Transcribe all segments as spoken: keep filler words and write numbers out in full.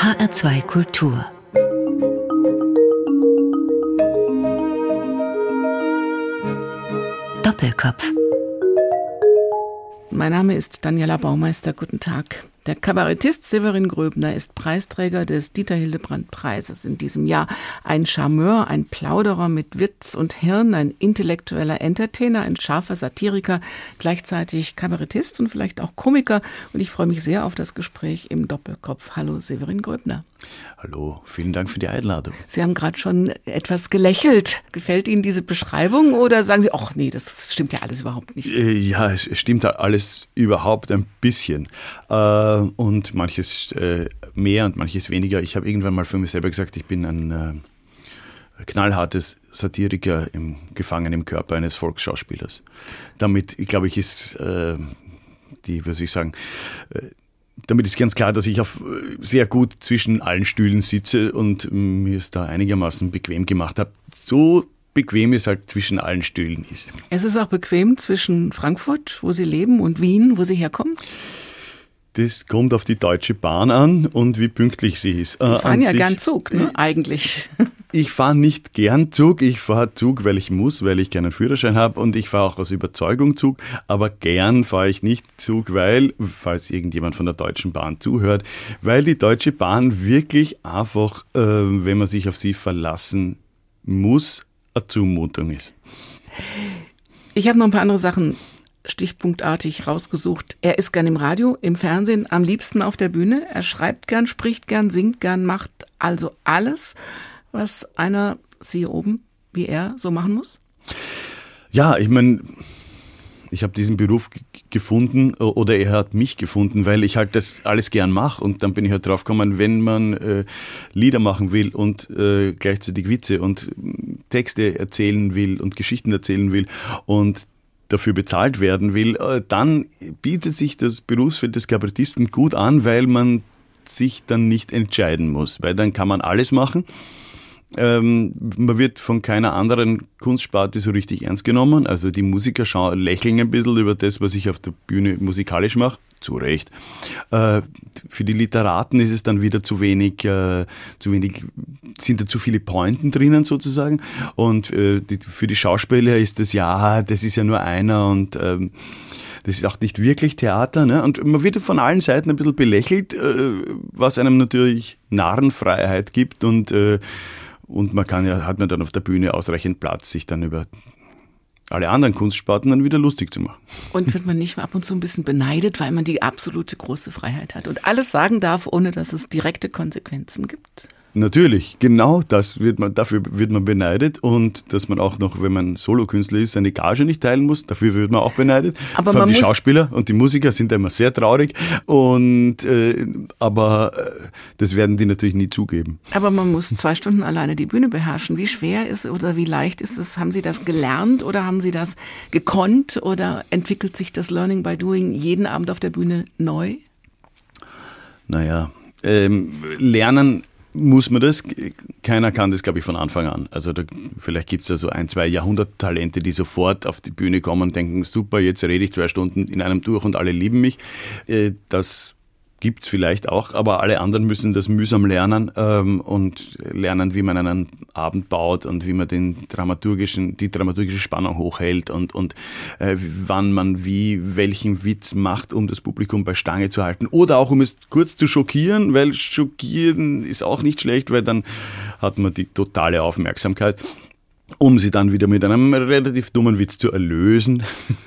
H R zwei Kultur. Doppelkopf. Mein Name ist Daniela Baumeister. Guten Tag. Der Kabarettist Severin Gröbner ist Preisträger des Dieter-Hildebrandt-Preises in diesem Jahr. Ein Charmeur, ein Plauderer mit Witz und Hirn, ein intellektueller Entertainer, ein scharfer Satiriker, gleichzeitig Kabarettist und vielleicht auch Komiker. Und ich freue mich sehr auf das Gespräch im Doppelkopf. Hallo Severin Gröbner. Hallo, vielen Dank für die Einladung. Sie haben gerade schon etwas gelächelt. Gefällt Ihnen diese Beschreibung oder sagen Sie, ach nee, das stimmt ja alles überhaupt nicht? Ja, es stimmt alles überhaupt ein bisschen. Und manches mehr und manches weniger. Ich habe irgendwann mal für mich selber gesagt, ich bin ein knallhartes Satiriker im Gefangen im Körper eines Volksschauspielers. Damit, glaube ich, ist die, was soll ich sagen, damit ist ganz klar, dass ich auf sehr gut zwischen allen Stühlen sitze und mir es da einigermaßen bequem gemacht habe. So bequem es halt zwischen allen Stühlen ist. Es ist auch bequem zwischen Frankfurt, wo Sie leben, und Wien, wo Sie herkommen? Das kommt auf die Deutsche Bahn an und wie pünktlich sie ist. Sie fahren ja gern Zug, ne? Eigentlich. Ich fahre nicht gern Zug, ich fahre Zug, weil ich muss, weil ich gerne einen Führerschein habe, und ich fahre auch aus Überzeugung Zug, aber gern fahre ich nicht Zug, weil, falls irgendjemand von der Deutschen Bahn zuhört, weil die Deutsche Bahn wirklich einfach, äh, wenn man sich auf sie verlassen muss, eine Zumutung ist. Ich habe noch ein paar andere Sachen stichpunktartig rausgesucht. Er ist gern im Radio, im Fernsehen, am liebsten auf der Bühne. Er schreibt gern, spricht gern, singt gern, macht also alles, was einer, Sie oben, wie er, so machen muss? Ja, ich meine, ich habe diesen Beruf g- gefunden oder er hat mich gefunden, weil ich halt das alles gern mache, und dann bin ich halt drauf gekommen, wenn man äh, Lieder machen will und äh, gleichzeitig Witze und Texte erzählen will und Geschichten erzählen will und dafür bezahlt werden will, dann bietet sich das Berufsfeld des Kabarettisten gut an, weil man sich dann nicht entscheiden muss, weil dann kann man alles machen. Ähm, man wird von keiner anderen Kunstsparte so richtig ernst genommen. Also die Musiker schauen, lächeln ein bisschen über das, was ich auf der Bühne musikalisch mache. Zu Recht. Äh, für die Literaten ist es dann wieder zu wenig, äh, zu wenig, sind da zu viele Pointen drinnen sozusagen. Und äh, die, für die Schauspieler ist das, ja, das ist ja nur einer, und ähm, das ist auch nicht wirklich Theater, ne? Und man wird von allen Seiten ein bisschen belächelt, äh, was einem natürlich Narrenfreiheit gibt, und äh, und man kann ja, hat man dann auf der Bühne ausreichend Platz, sich dann über alle anderen Kunstsparten dann wieder lustig zu machen. Und wird man nicht ab und zu ein bisschen beneidet, weil man die absolute große Freiheit hat und alles sagen darf, ohne dass es direkte Konsequenzen gibt? Natürlich, genau das wird man, dafür wird man beneidet, und dass man auch noch, wenn man Solokünstler ist, seine Gage nicht teilen muss, dafür wird man auch beneidet. Aber man die Schauspieler und die Musiker sind da immer sehr traurig, und äh, aber äh, das werden die natürlich nie zugeben. Aber man muss zwei Stunden alleine die Bühne beherrschen. Wie schwer ist oder wie leicht ist es? Haben Sie das gelernt oder haben Sie das gekonnt, oder entwickelt sich das Learning by Doing jeden Abend auf der Bühne neu? Naja, ähm, lernen muss man das? Keiner kann das, glaube ich, von Anfang an. Also da, vielleicht gibt es da so ein, zwei Jahrhunderttalente, die sofort auf die Bühne kommen und denken, super, jetzt rede ich zwei Stunden in einem durch und alle lieben mich. Äh, das gibt es vielleicht auch, aber alle anderen müssen das mühsam lernen ähm, und lernen, wie man einen Abend baut und wie man den dramaturgischen, die dramaturgische Spannung hochhält und, und äh, wann man wie welchen Witz macht, um das Publikum bei Stange zu halten, oder auch um es kurz zu schockieren, weil schockieren ist auch nicht schlecht, weil dann hat man die totale Aufmerksamkeit, um sie dann wieder mit einem relativ dummen Witz zu erlösen.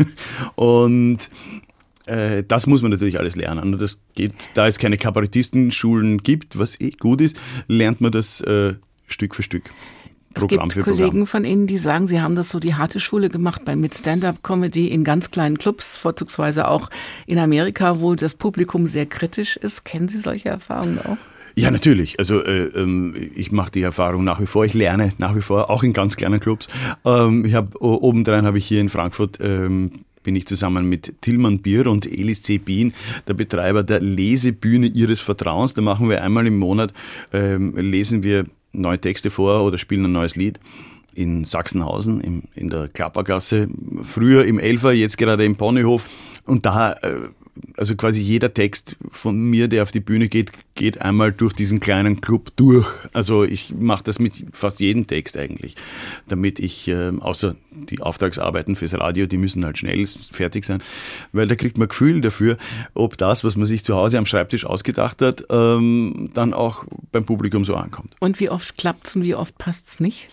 Und das muss man natürlich alles lernen. Und das geht, da es keine Kabarettistenschulen gibt, was eh gut ist, lernt man das äh, Stück für Stück. Programm für Programm. Es gibt Kollegen von Ihnen, die sagen, Sie haben das so die harte Schule gemacht bei mit Stand-up-Comedy in ganz kleinen Clubs, vorzugsweise auch in Amerika, wo das Publikum sehr kritisch ist. Kennen Sie solche Erfahrungen auch? Ja, natürlich. Also äh, ähm, ich mache die Erfahrung nach wie vor. Ich lerne nach wie vor, auch in ganz kleinen Clubs. Ähm, ich habe obendrein habe ich hier in Frankfurt ähm, bin ich zusammen mit Tilman Bier und Elis C. Bien, der Betreiber der Lesebühne Ihres Vertrauens. Da machen wir einmal im Monat, ähm, lesen wir neue Texte vor oder spielen ein neues Lied. in Sachsenhausen im, in der Klappergasse, früher im Elfer, jetzt gerade im Ponyhof. Und da, also quasi jeder Text von mir, der auf die Bühne geht, geht einmal durch diesen kleinen Club durch. Also ich mache das mit fast jedem Text eigentlich, damit ich, äh, außer die Auftragsarbeiten fürs Radio, die müssen halt schnell fertig sein, weil da kriegt man Gefühl dafür, ob das, was man sich zu Hause am Schreibtisch ausgedacht hat, ähm, dann auch beim Publikum so ankommt. Und wie oft klappt's und wie oft passt's nicht?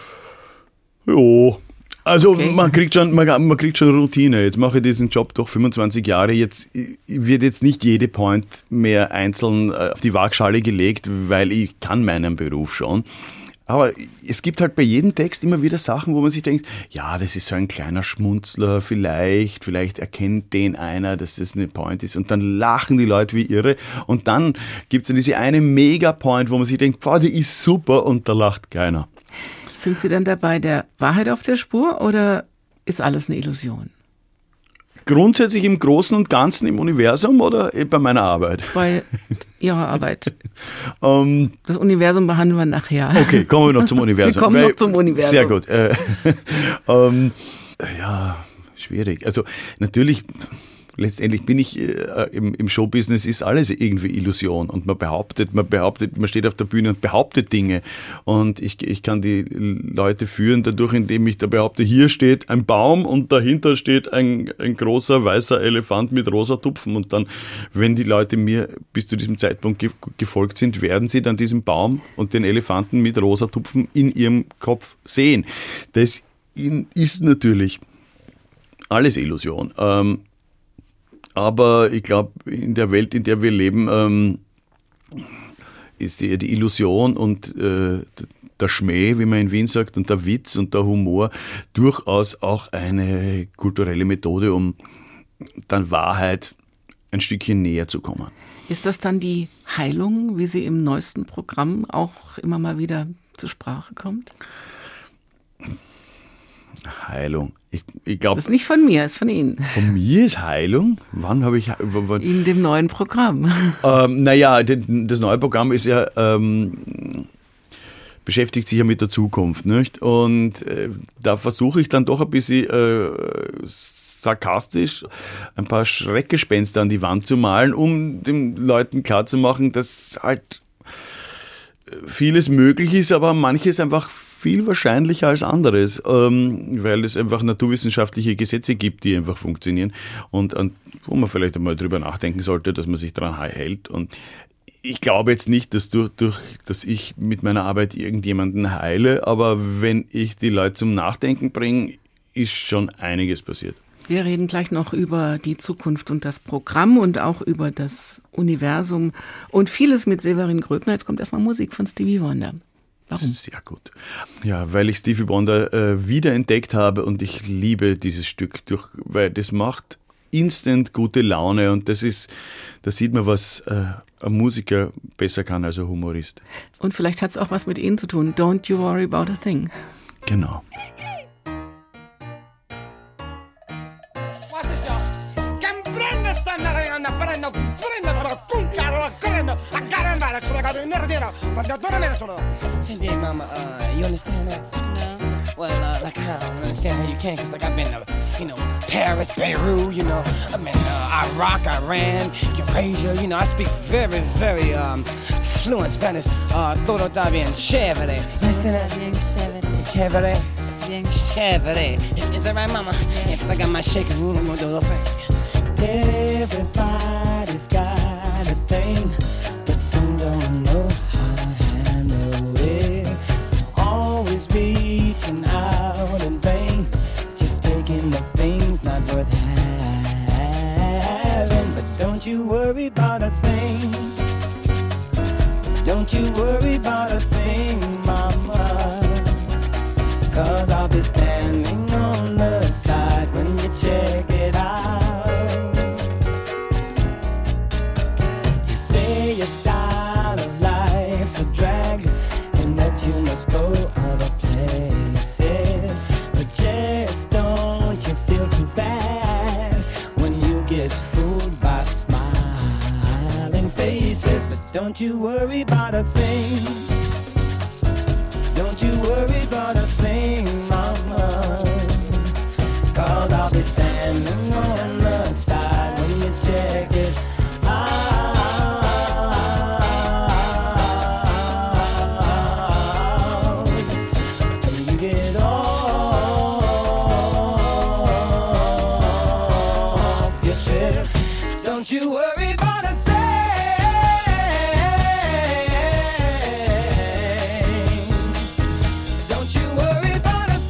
Jo. Also okay. man kriegt schon, man, man kriegt schon Routine. Jetzt mache ich diesen Job doch fünfundzwanzig Jahre. Jetzt wird jetzt nicht jede Point mehr einzeln auf die Waagschale gelegt, weil ich kann meinen Beruf schon. Aber es gibt halt bei jedem Text immer wieder Sachen, wo man sich denkt, ja, das ist so ein kleiner Schmunzler, vielleicht, vielleicht erkennt den einer, dass das eine Point ist. Und dann lachen die Leute wie irre. Und dann gibt es dann diese eine Mega-Point, wo man sich denkt, boah, die ist super, und da lacht keiner. Sind Sie dann dabei der Wahrheit auf der Spur oder ist alles eine Illusion? Grundsätzlich im Großen und Ganzen im Universum oder bei meiner Arbeit? Bei Ihrer Arbeit. um, das Universum behandeln wir nachher. Okay, kommen wir noch zum Universum. Wir kommen Weil, noch zum Universum. Sehr gut. Äh, ähm, ja, schwierig. Also natürlich... Letztendlich bin ich äh, im, im Showbusiness ist alles irgendwie Illusion und man behauptet, man behauptet, man steht auf der Bühne und behauptet Dinge und ich, ich kann die Leute führen dadurch, indem ich da behaupte, hier steht ein Baum und dahinter steht ein, ein großer weißer Elefant mit rosa Tupfen und dann, wenn die Leute mir bis zu diesem Zeitpunkt ge- gefolgt sind, werden sie dann diesen Baum und den Elefanten mit rosa Tupfen in ihrem Kopf sehen. Das ist natürlich alles Illusion. Ähm, Aber ich glaube, in der Welt, in der wir leben, ähm, ist die, die Illusion und äh, der Schmäh, wie man in Wien sagt, und der Witz und der Humor durchaus auch eine kulturelle Methode, um dann Wahrheit ein Stückchen näher zu kommen. Ist das dann die Heilung, wie sie im neuesten Programm auch immer mal wieder zur Sprache kommt? Heilung. Ich, ich glaub, das ist nicht von mir, ist von Ihnen. Von mir ist Heilung? Wann habe ich... W- w- in dem neuen Programm. Ähm, naja, das neue Programm ist ja... Ähm, beschäftigt sich ja mit der Zukunft, nicht? Und äh, da versuche ich dann doch ein bisschen äh, sarkastisch ein paar Schreckgespenster an die Wand zu malen, um den Leuten klarzumachen, dass halt vieles möglich ist, aber manches einfach viel wahrscheinlicher als anderes, ähm, weil es einfach naturwissenschaftliche Gesetze gibt, die einfach funktionieren und, und wo man vielleicht einmal drüber nachdenken sollte, dass man sich daran hält. Und ich glaube jetzt nicht, dass, durch, durch, dass ich mit meiner Arbeit irgendjemanden heile, aber wenn ich die Leute zum Nachdenken bringe, ist schon einiges passiert. Wir reden gleich noch über die Zukunft und das Programm und auch über das Universum und vieles mit Severin Gröbner. Jetzt kommt erstmal Musik von Stevie Wonder. Warum? Sehr gut. Ja, weil ich Stevie Wonder äh, wiederentdeckt habe und ich liebe dieses Stück, durch, weil das macht instant gute Laune und das ist, da sieht man, was äh, ein Musiker besser kann als ein Humorist. Und vielleicht hat es auch was mit Ihnen zu tun. Don't you worry about a thing. Genau. Cindy, mama, uh, you understand that? No. Well, uh, like, I don't understand how you can, because, like, I've been to, you know, Paris, Beirut, you know, I've been to uh, Iraq, Iran, Eurasia, you know, I speak very, very um, fluent Spanish. Uh, todo está bien chévere. You understand that? Bien chévere. Chévere? Bien chévere. Is, is that right, mama? Yeah, because I got my shaking room, I'm going to do a little thing. Everybody's got a thing, but some don't know how to handle it. Always reaching out in vain, just taking the things not worth having. But don't you worry about a thing. Don't you worry about a thing, mama. Cause I'll be standing on the side when you check it out. You say your style of life's a drag and that you must go other places, but just don't you feel too bad when you get fooled by smiling faces. But don't you worry about a thing. Don't you worry about a thing. standing on the side when you check it out. When you get off your trip, don't you worry about a thing. Don't you worry about a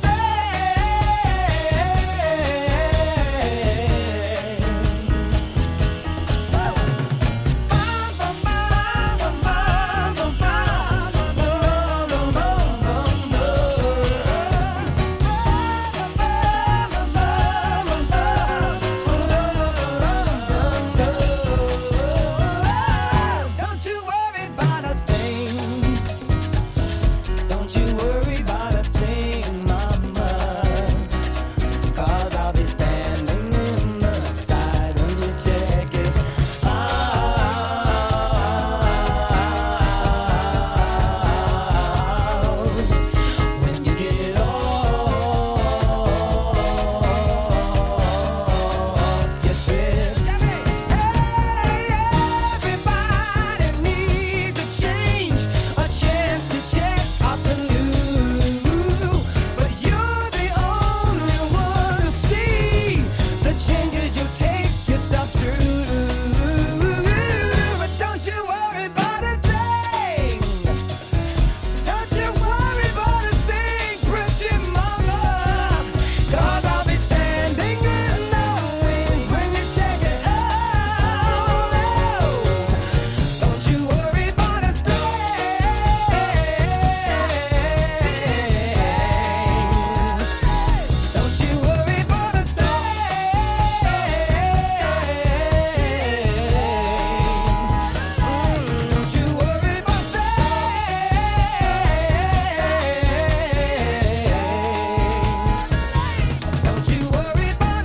Don't you worry about a thing. Don't you worry about a thing, mama. Cause I'll be standing in the side when you check it out. When you get off your trip. Hey, everybody needs a change, a chance to check out the new. But you're the only one who see the changes you take yourself through. But don't you worry about a thing. Don't you worry about a thing, pretty mama. Cause I'll be standing in the wings when you check it out. Don't you worry about a thing. Don't you worry about a thing. Don't you worry about thing. Don't you worry about a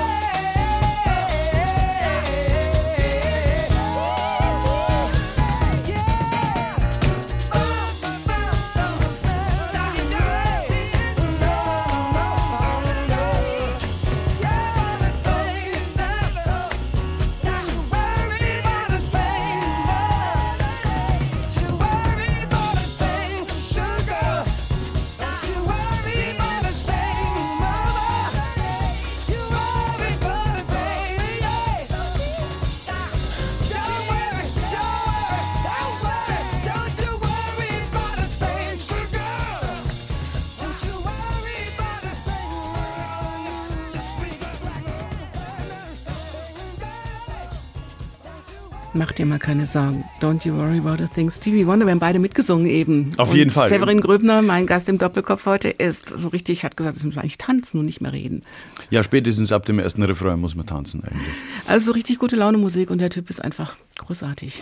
Mach dir mal keine Sorgen. Don't you worry about a thing. Stevie Wonder, wir haben beide mitgesungen eben. Auf und jeden Fall. Severin Gröbner, mein Gast im Doppelkopf heute, ist so richtig, hat gesagt, es muss eigentlich tanzen und nicht mehr reden. Ja, spätestens ab dem ersten Refrain muss man tanzen eigentlich. Also so richtig gute Laune Musik und der Typ ist einfach großartig.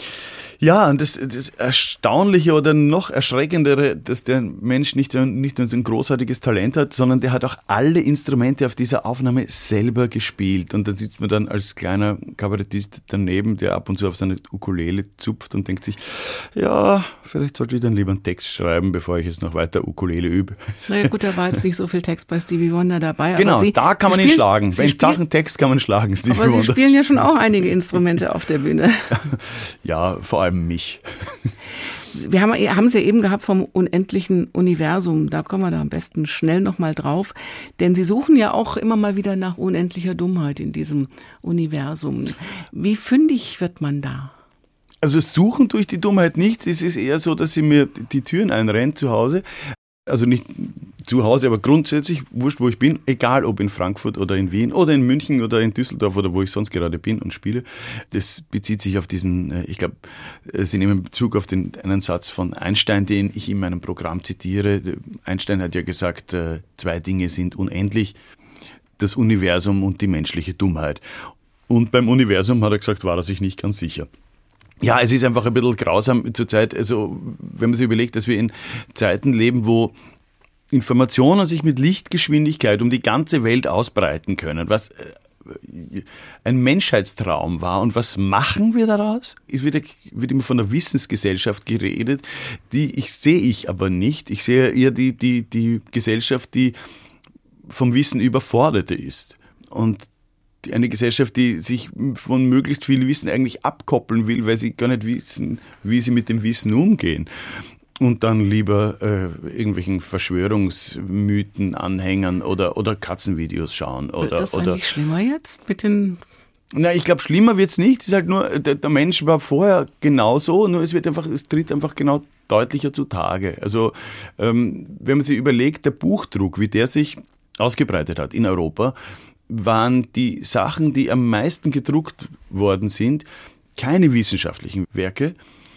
Ja, und das, das Erstaunliche oder noch Erschreckendere, dass der Mensch nicht, nicht nur ein großartiges Talent hat, sondern der hat auch alle Instrumente auf dieser Aufnahme selber gespielt. Und dann sitzt man dann als kleiner Kabarettist daneben, der ab und zu auf seine Ukulele zupft und denkt sich, ja, vielleicht sollte ich dann lieber einen Text schreiben, bevor ich jetzt noch weiter Ukulele übe. Naja gut, da war jetzt nicht so viel Text bei Stevie Wonder dabei. Genau, aber Sie, da kann Sie man spielen, ihn schlagen. Sie Beim spielen, flachen Text kann man schlagen, Stevie aber Wonder. Sie spielen ja schon auch einige Instrumente auf der Bühne. Ja, vor allem mich. Wir haben, haben es ja eben gehabt vom unendlichen Universum. Da kommen wir da am besten schnell nochmal drauf. Denn Sie suchen ja auch immer mal wieder nach unendlicher Dummheit in diesem Universum. Wie fündig wird man da? Also suchen durch die Dummheit nicht. Es ist eher so, dass sie mir die Türen einrennt zu Hause. Also nicht zu Hause, aber grundsätzlich, wurscht wo ich bin, egal ob in Frankfurt oder in Wien oder in München oder in Düsseldorf oder wo ich sonst gerade bin und spiele. Das bezieht sich auf diesen, ich glaube, Sie nehmen Bezug auf den einen Satz von Einstein, den ich in meinem Programm zitiere. Einstein hat ja gesagt, zwei Dinge sind unendlich, das Universum und die menschliche Dummheit. Und beim Universum, hat er gesagt, war er sich nicht ganz sicher. Ja, es ist einfach ein bisschen grausam zurzeit, also wenn man sich überlegt, dass wir in Zeiten leben, wo Informationen sich mit Lichtgeschwindigkeit um die ganze Welt ausbreiten können, was ein Menschheitstraum war. Und was machen wir daraus? Es wird, wird immer von der Wissensgesellschaft geredet, die ich sehe ich aber nicht. Ich sehe eher die, die, die Gesellschaft, die vom Wissen überfordert ist. und eine Gesellschaft, die sich von möglichst viel Wissen eigentlich abkoppeln will, weil sie gar nicht wissen, wie sie mit dem Wissen umgehen. Und dann lieber äh, irgendwelchen Verschwörungsmythen anhängern oder, oder Katzenvideos schauen. Oder, Wird das oder, eigentlich schlimmer jetzt mit den... Na, ich glaube, schlimmer wird's nicht. Es ist halt nur, der, der Mensch war vorher genauso, nur es wird einfach, es tritt einfach genau deutlicher zutage. Also, ähm, wenn man sich überlegt, der Buchdruck, wie der sich ausgebreitet hat in Europa, waren die Sachen, die am meisten gedruckt worden sind, keine wissenschaftlichen Werke,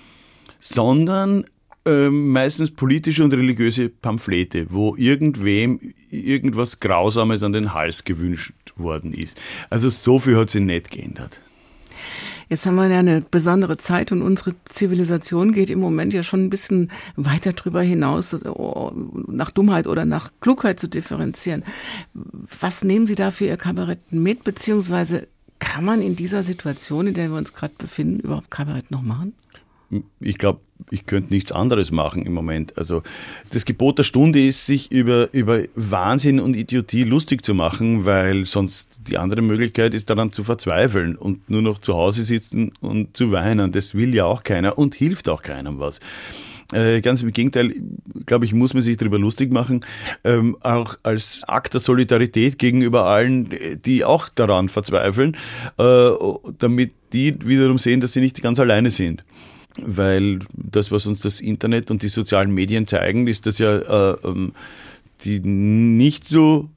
sondern äh, meistens politische und religiöse Pamphlete, wo irgendwem irgendwas Grausames an den Hals gewünscht worden ist. Also so viel hat sich nicht geändert. Jetzt haben wir ja eine besondere Zeit und unsere Zivilisation geht im Moment ja schon ein bisschen weiter drüber hinaus, nach Dummheit oder nach Klugheit zu differenzieren. Was nehmen Sie da für Ihr Kabarett mit, beziehungsweise kann man in dieser Situation, in der wir uns gerade befinden, überhaupt Kabarett noch machen? Ich glaube, ich könnte nichts anderes machen im Moment. Also das Gebot der Stunde ist, sich über, über Wahnsinn und Idiotie lustig zu machen, weil sonst die andere Möglichkeit ist, daran zu verzweifeln und nur noch zu Hause sitzen und zu weinen. Das will ja auch keiner und hilft auch keinem was. Äh, ganz im Gegenteil, glaube ich, muss man sich darüber lustig machen, ähm, auch als Akt der Solidarität gegenüber allen, die auch daran verzweifeln, äh, damit die wiederum sehen, dass sie nicht ganz alleine sind. Weil das, was uns das Internet und die sozialen Medien zeigen, ist, dass ja äh, die nicht so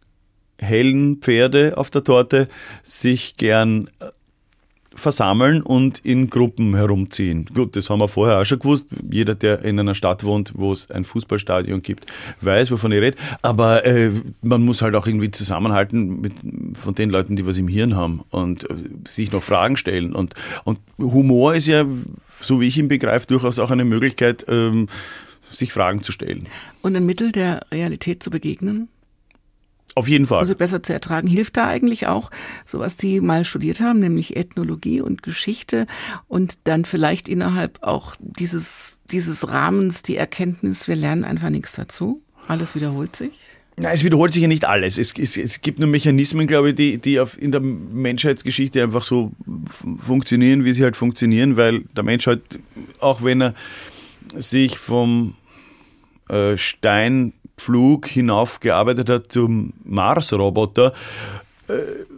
hellen Pferde auf der Torte sich gern versammeln und in Gruppen herumziehen. Gut, das haben wir vorher auch schon gewusst. Jeder, der in einer Stadt wohnt, wo es ein Fußballstadion gibt, weiß, wovon ich rede. Aber äh, man muss halt auch irgendwie zusammenhalten mit, von den Leuten, die was im Hirn haben und äh, sich noch Fragen stellen. Und, und Humor ist ja, so wie ich ihn begreife, durchaus auch eine Möglichkeit, ähm, sich Fragen zu stellen. Und ein Mittel der Realität zu begegnen? Auf jeden Fall. Also besser zu ertragen. Hilft da eigentlich auch, so was die mal studiert haben, nämlich Ethnologie und Geschichte und dann vielleicht innerhalb auch dieses, dieses Rahmens die Erkenntnis, wir lernen einfach nichts dazu? Alles wiederholt sich? Na, es wiederholt sich ja nicht alles. Es, es, es gibt nur Mechanismen, glaube ich, die, die auf, in der Menschheitsgeschichte einfach so f- funktionieren, wie sie halt funktionieren, weil der Mensch halt, auch wenn er sich vom äh, Stein Flug hinaufgearbeitet hat zum Mars-Roboter, äh,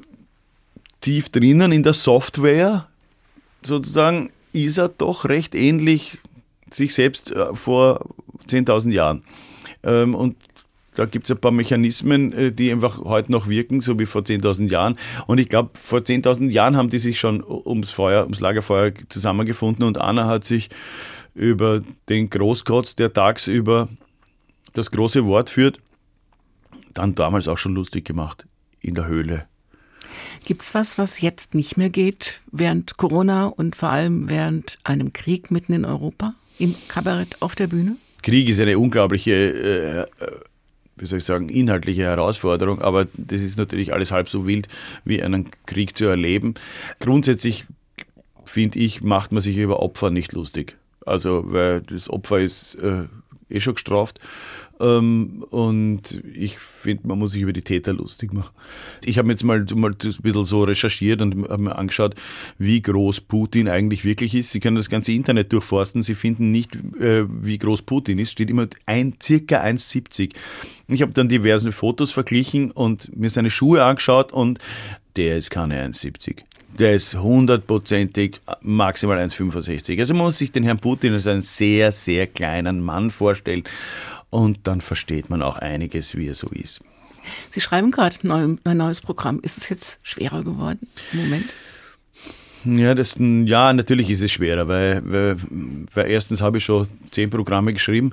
tief drinnen in der Software sozusagen ist er doch recht ähnlich sich selbst äh, vor zehntausend Jahren. Ähm, und da gibt es ein paar Mechanismen, äh, die einfach heute noch wirken, so wie vor zehntausend Jahren. Und ich glaube, vor zehntausend Jahren haben die sich schon ums Feuer, ums Lagerfeuer zusammengefunden und einer hat sich über den Großkotz, der tagsüber das große Wort führt, dann damals auch schon lustig gemacht in der Höhle. Gibt's was, was jetzt nicht mehr geht während Corona und vor allem während einem Krieg mitten in Europa im Kabarett auf der Bühne? Krieg ist eine unglaubliche, äh, wie soll ich sagen, inhaltliche Herausforderung, aber das ist natürlich alles halb so wild, wie einen Krieg zu erleben. Grundsätzlich, finde ich, macht man sich über Opfer nicht lustig. Also, weil das Opfer ist äh, eh schon gestraft. Ähm, und ich finde, man muss sich über die Täter lustig machen. Ich habe jetzt mal, mal ein bisschen so recherchiert und habe mir angeschaut, wie groß Putin eigentlich wirklich ist. Sie können das ganze Internet durchforsten. Sie finden nicht, äh, wie groß Putin ist. Steht immer ein, circa eins Komma siebzig. Ich habe dann diverse Fotos verglichen und mir seine Schuhe angeschaut und der ist keine eins Komma siebzig. Der ist hundertprozentig maximal eins Komma fünfundsechzig. Also man muss sich den Herrn Putin als einen sehr, sehr kleinen Mann vorstellen und dann versteht man auch einiges, wie er so ist. Sie schreiben gerade ein neues Programm. Ist es jetzt schwerer geworden im Moment? Ja, das, ja, natürlich ist es schwerer, weil, weil, weil erstens habe ich schon zehn Programme geschrieben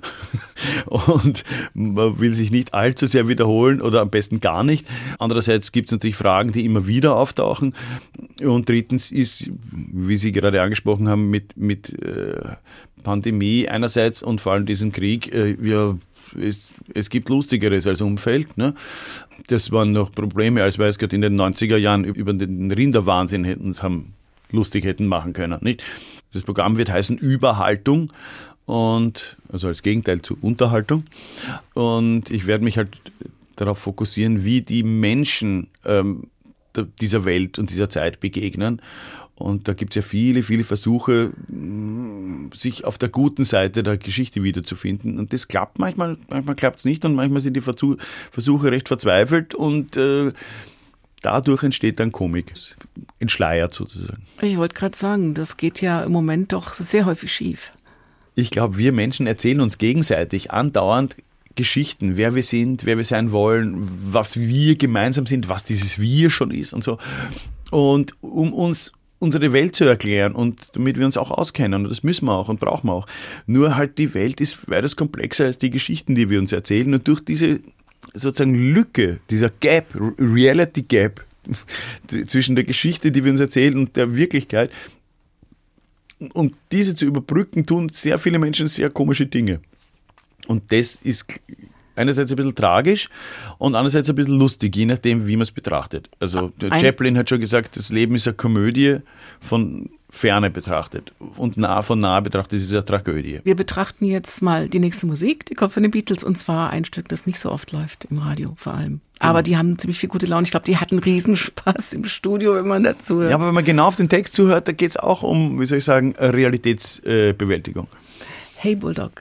und man will sich nicht allzu sehr wiederholen oder am besten gar nicht. Andererseits gibt es natürlich Fragen, die immer wieder auftauchen. Und drittens ist, wie Sie gerade angesprochen haben, mit, mit äh, Pandemie einerseits und vor allem diesem Krieg, äh, ja, es, es gibt Lustigeres als Umfeld. Ne? Das waren noch Probleme, als wir es gerade in den neunziger Jahren über den Rinderwahnsinn hätten, haben lustig hätten machen können. Nicht? Das Programm wird heißen Überhaltung, und, also als Gegenteil zu Unterhaltung. Und ich werde mich halt darauf fokussieren, wie die Menschen ähm, dieser Welt und dieser Zeit begegnen. Und da gibt es ja viele, viele Versuche, sich auf der guten Seite der Geschichte wiederzufinden. Und das klappt manchmal, manchmal klappt es nicht und manchmal sind die Versuche recht verzweifelt und äh, dadurch entsteht dann Komik, entschleiert sozusagen. Ich wollte gerade sagen, das geht ja im Moment doch sehr häufig schief. Ich glaube, wir Menschen erzählen uns gegenseitig andauernd Geschichten, wer wir sind, wer wir sein wollen, was wir gemeinsam sind, was dieses Wir schon ist und so. Und um uns unsere Welt zu erklären und damit wir uns auch auskennen, und das müssen wir auch und brauchen wir auch. Nur halt die Welt ist weitaus komplexer als die Geschichten, die wir uns erzählen, und durch diese sozusagen Lücke, dieser Gap, Reality Gap zwischen der Geschichte, die wir uns erzählen, und der Wirklichkeit, um diese zu überbrücken, tun sehr viele Menschen sehr komische Dinge. Und das ist einerseits ein bisschen tragisch und andererseits ein bisschen lustig, je nachdem, wie man es betrachtet. Also Ein Chaplin hat schon gesagt, das Leben ist eine Komödie von Ferne betrachtet, und nah, von nahe betrachtet ist es eine Tragödie. Wir betrachten jetzt mal die nächste Musik, die kommt von den Beatles, und zwar ein Stück, das nicht so oft läuft, im Radio vor allem. Aber die haben ziemlich viel gute Laune. Ich glaube, die hatten Riesenspaß im Studio, wenn man dazu hört. Ja, aber wenn man genau auf den Text zuhört, da geht es auch um, wie soll ich sagen, Realitätsbewältigung. Hey Bulldog.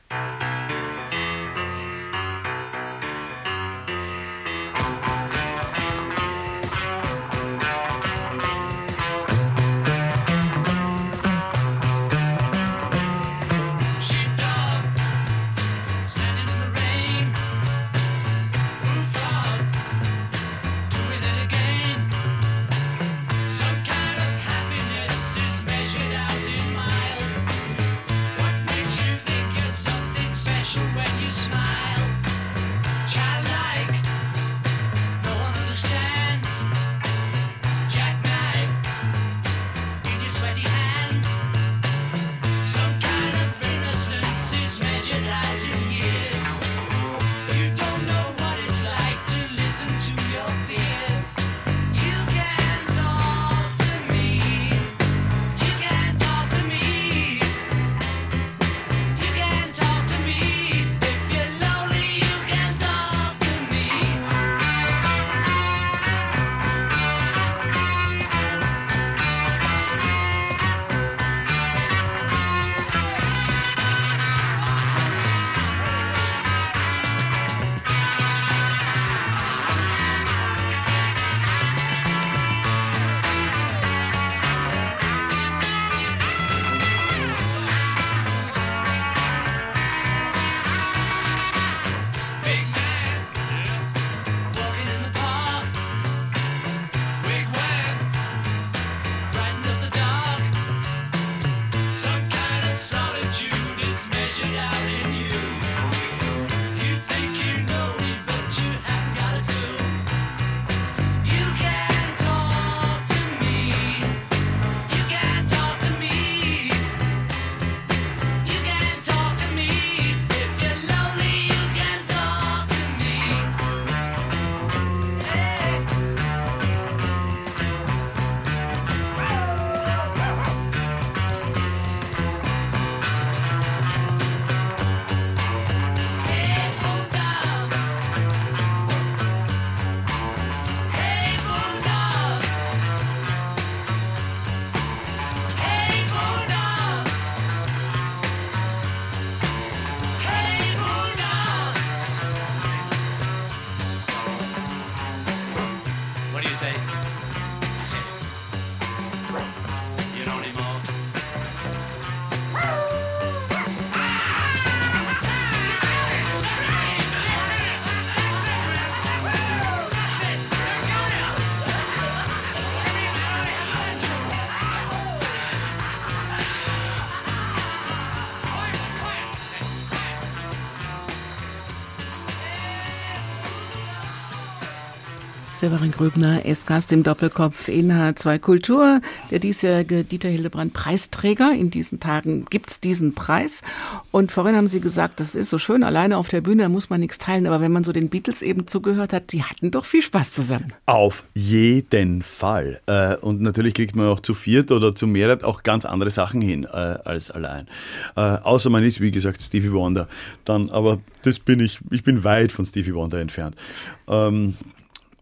Severin Gröbner ist Gast im Doppelkopf in H zwei Kultur. Der diesjährige Dieter Hildebrand-Preisträger. In diesen Tagen gibt's diesen Preis. Und vorhin haben Sie gesagt, das ist so schön, alleine auf der Bühne, da muss man nichts teilen. Aber wenn man so den Beatles eben zugehört hat, die hatten doch viel Spaß zusammen. Auf jeden Fall. Und natürlich kriegt man auch zu viert oder zu mehreren auch ganz andere Sachen hin als allein. Außer man ist, wie gesagt, Stevie Wonder. Dann, aber das bin ich, ich bin weit von Stevie Wonder entfernt. Ähm,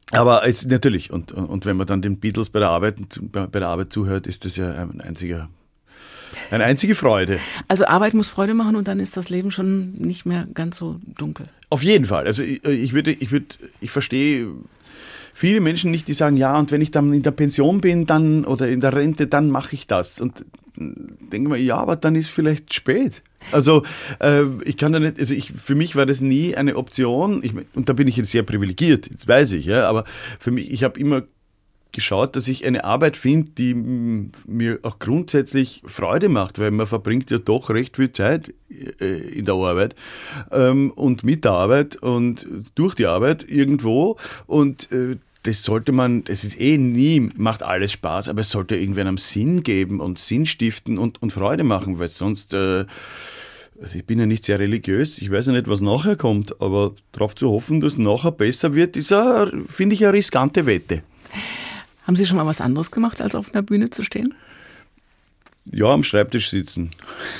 Aber es natürlich, und, und wenn man dann den Beatles bei der Arbeit, bei der Arbeit zuhört, ist das ja ein einziger, eine einzige Freude. Also Arbeit muss Freude machen und dann ist das Leben schon nicht mehr ganz so dunkel. Auf jeden Fall. Also ich, ich würde, ich würde, ich verstehe viele Menschen nicht, die sagen, ja, und wenn ich dann in der Pension bin, dann oder in der Rente, dann mache ich das. Und denke mir, ja, aber dann ist vielleicht spät. Also äh, ich kann da nicht, also ich, für mich war das nie eine Option, ich, und da bin ich jetzt sehr privilegiert, jetzt weiß ich, ja, aber für mich, ich habe immer geschaut, dass ich eine Arbeit finde, die m, mir auch grundsätzlich Freude macht, weil man verbringt ja doch recht viel Zeit äh, in der Arbeit ähm, und mit der Arbeit und durch die Arbeit irgendwo und äh, das sollte man, es ist eh nie, macht alles Spaß, aber es sollte irgendwann einen Sinn geben und Sinn stiften und, und Freude machen, weil sonst, äh, also ich bin ja nicht sehr religiös, ich weiß ja nicht, was nachher kommt, aber darauf zu hoffen, dass nachher besser wird, ist, ja, finde ich, eine riskante Wette. Haben Sie schon mal was anderes gemacht, als auf einer Bühne zu stehen? Ja, am Schreibtisch sitzen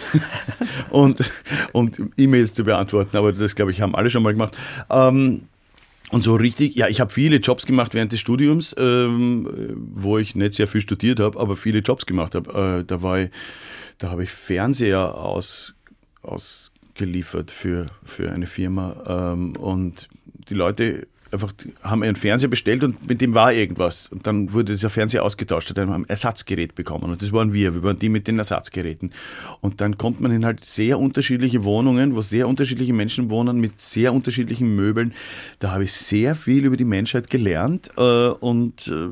und, und E-Mails zu beantworten, aber das, glaube ich, haben alle schon mal gemacht. Ähm, Und so richtig, ja, ich habe viele Jobs gemacht während des Studiums, ähm, wo ich nicht sehr viel studiert habe, aber viele Jobs gemacht habe. Äh, da war ich, da habe ich Fernseher aus, ausgeliefert für, für eine Firma ähm, und die Leute einfach haben einen Fernseher bestellt und mit dem war irgendwas. Und dann wurde dieser Fernseher ausgetauscht, hat ein Ersatzgerät bekommen. Und das waren wir, wir waren die mit den Ersatzgeräten. Und dann kommt man in halt sehr unterschiedliche Wohnungen, wo sehr unterschiedliche Menschen wohnen, mit sehr unterschiedlichen Möbeln. Da habe ich sehr viel über die Menschheit gelernt äh, und äh,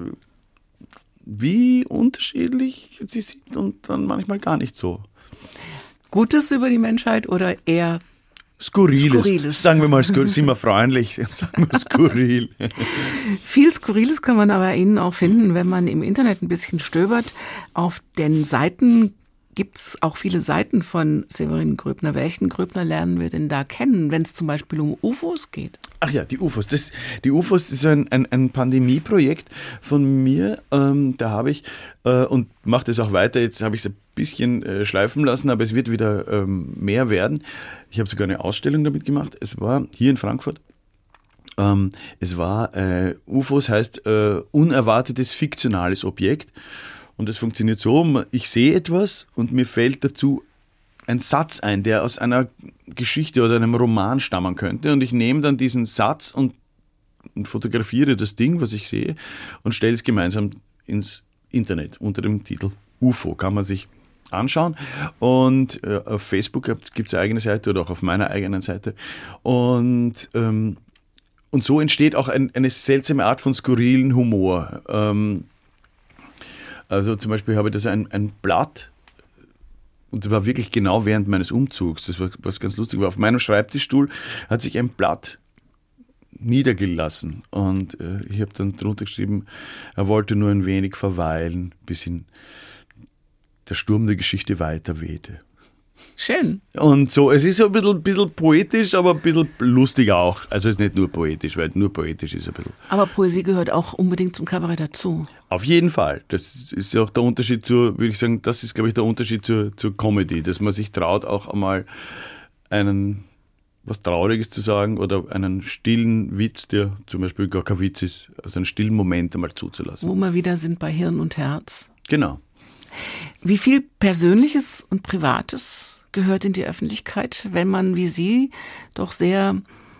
wie unterschiedlich sie sind und dann manchmal gar nicht so. Gutes über die Menschheit oder eher Skurriles. Skurriles. Sagen wir mal, skur- sind wir freundlich, sagen wir skurril. Viel Skurriles kann man aber Ihnen auch finden, wenn man im Internet ein bisschen stöbert. Auf den Seiten gibt es auch viele Seiten von Severin Gröbner. Welchen Gröbner lernen wir denn da kennen, wenn es zum Beispiel um U F Os geht? Ach ja, die U F Os. Das, die U F Os ist ein, ein, ein Pandemieprojekt von mir. Ähm, da habe ich, äh, und mache das auch weiter, jetzt habe ich es ein bisschen äh, schleifen lassen, aber es wird wieder ähm, mehr werden. Ich habe sogar eine Ausstellung damit gemacht. Es war hier in Frankfurt. Ähm, es war, äh, U F Os heißt äh, unerwartetes fiktionales Objekt. Und es funktioniert so, ich sehe etwas und mir fällt dazu ein Satz ein, der aus einer Geschichte oder einem Roman stammen könnte. Und ich nehme dann diesen Satz und, und fotografiere das Ding, was ich sehe, und stelle es gemeinsam ins Internet unter dem Titel U F O. Kann man sich anschauen. Und äh, auf Facebook gibt es eine eigene Seite oder auch auf meiner eigenen Seite. Und, ähm, und so entsteht auch ein, eine seltsame Art von skurrilen Humor. Ähm, Also zum Beispiel habe ich das ein, ein Blatt, und das war wirklich genau während meines Umzugs, das war was ganz lustig, war auf meinem Schreibtischstuhl hat sich ein Blatt niedergelassen und äh, ich habe dann drunter geschrieben, er wollte nur ein wenig verweilen, bis ihn der Sturm der Geschichte weiter wehte. Schön. Und so, es ist so ein bisschen, bisschen poetisch, aber ein bisschen lustig auch. Also es ist nicht nur poetisch, weil nur poetisch ist ein bisschen. Aber Poesie gehört auch unbedingt zum Kabarett dazu. Auf jeden Fall. Das ist ja auch der Unterschied zur, würde ich sagen, das ist, glaube ich, der Unterschied zur, zur Comedy, dass man sich traut, auch einmal einen, was Trauriges zu sagen oder einen stillen Witz, der zum Beispiel gar kein Witz ist, also einen stillen Moment einmal zuzulassen. Wo wir wieder sind bei Hirn und Herz. Genau. Wie viel Persönliches und Privates gehört in die Öffentlichkeit, wenn man wie Sie doch sehr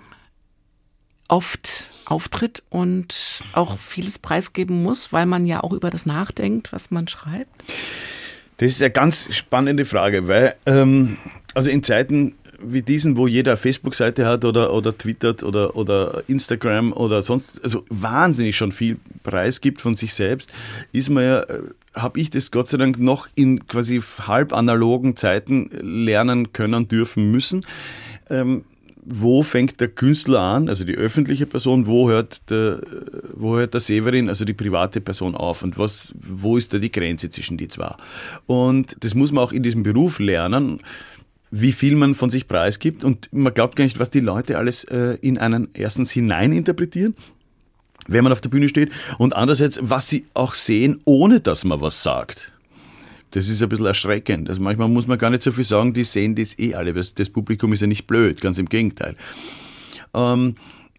oft auftritt und auch vieles preisgeben muss, weil man ja auch über das nachdenkt, was man schreibt? Das ist eine ganz spannende Frage, weil ähm, also in Zeiten wie diesen, wo jeder eine Facebook-Seite hat oder, oder twittert oder, oder Instagram oder sonst, also wahnsinnig schon viel Preis gibt von sich selbst, ist man ja, habe ich das Gott sei Dank noch in quasi halb analogen Zeiten lernen können, dürfen, müssen. Ähm, wo fängt der Künstler an, also die öffentliche Person, wo hört der, wo hört der Severin, also die private Person auf und was, wo ist da die Grenze zwischen die zwei? Und das muss man auch in diesem Beruf lernen, wie viel man von sich preisgibt und man glaubt gar nicht, was die Leute alles äh, in einen erstens hineininterpretieren, wenn man auf der Bühne steht und andererseits, was sie auch sehen, ohne dass man was sagt. Das ist ein bisschen erschreckend. Also manchmal muss man gar nicht so viel sagen, die sehen das eh alle. Das, das Publikum ist ja nicht blöd, ganz im Gegenteil. Ähm,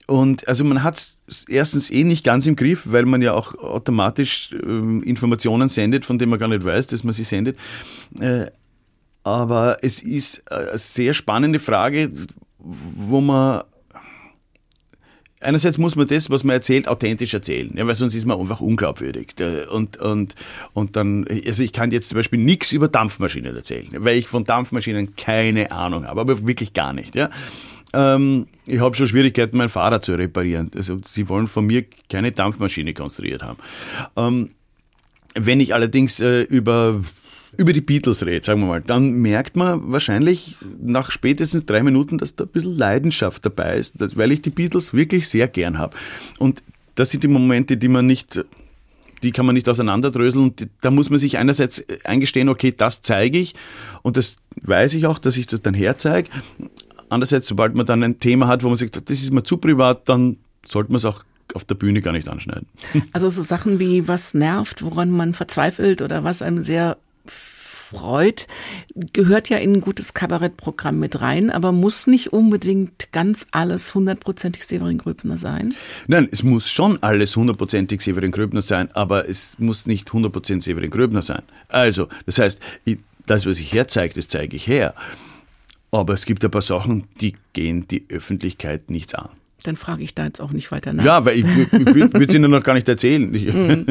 und also man hat es erstens eh nicht ganz im Griff, weil man ja auch automatisch äh, Informationen sendet, von denen man gar nicht weiß, dass man sie sendet. Äh, aber es ist eine sehr spannende Frage, wo man einerseits muss man das, was man erzählt, authentisch erzählen, ja, weil sonst ist man einfach unglaubwürdig. Und, und, und dann, also ich kann jetzt zum Beispiel nichts über Dampfmaschinen erzählen, weil ich von Dampfmaschinen keine Ahnung habe, aber wirklich gar nicht. Ja. Ähm, ich habe schon Schwierigkeiten, mein Fahrrad zu reparieren. Also sie wollen von mir keine Dampfmaschine konstruiert haben. Ähm, wenn ich allerdings äh, über... über die Beatles redet, sagen wir mal, dann merkt man wahrscheinlich nach spätestens drei Minuten, dass da ein bisschen Leidenschaft dabei ist, dass, weil ich die Beatles wirklich sehr gern habe. Und das sind die Momente, die man nicht, die kann man nicht auseinanderdröseln. Und da muss man sich einerseits eingestehen, okay, das zeige ich und das weiß ich auch, dass ich das dann herzeige. Andererseits, sobald man dann ein Thema hat, wo man sagt, das ist mir zu privat, dann sollte man es auch auf der Bühne gar nicht anschneiden. Also so Sachen wie, was nervt, woran man verzweifelt oder was einem sehr freut, gehört ja in ein gutes Kabarettprogramm mit rein, aber muss nicht unbedingt ganz alles hundertprozentig Severin Gröbner sein? Nein, es muss schon alles hundertprozentig Severin Gröbner sein, aber es muss nicht hundertprozentig Severin Gröbner sein. Also, das heißt, das, was ich herzeige, das zeige ich her. Aber es gibt ein paar Sachen, die gehen die Öffentlichkeit nichts an. Dann frage ich da jetzt auch nicht weiter nach. Ja, weil ich, ich, ich würde es Ihnen noch gar nicht erzählen. Mhm.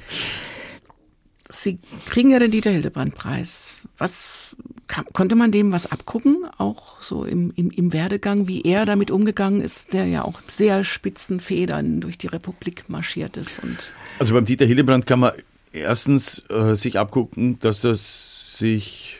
Sie kriegen ja den Dieter-Hildebrand-Preis. Was kann, konnte man dem was abgucken, auch so im, im, im Werdegang, wie er damit umgegangen ist, der ja auch sehr spitzen Federn durch die Republik marschiert ist? Und also beim Dieter Hildebrand kann man erstens äh, sich abgucken, dass er sich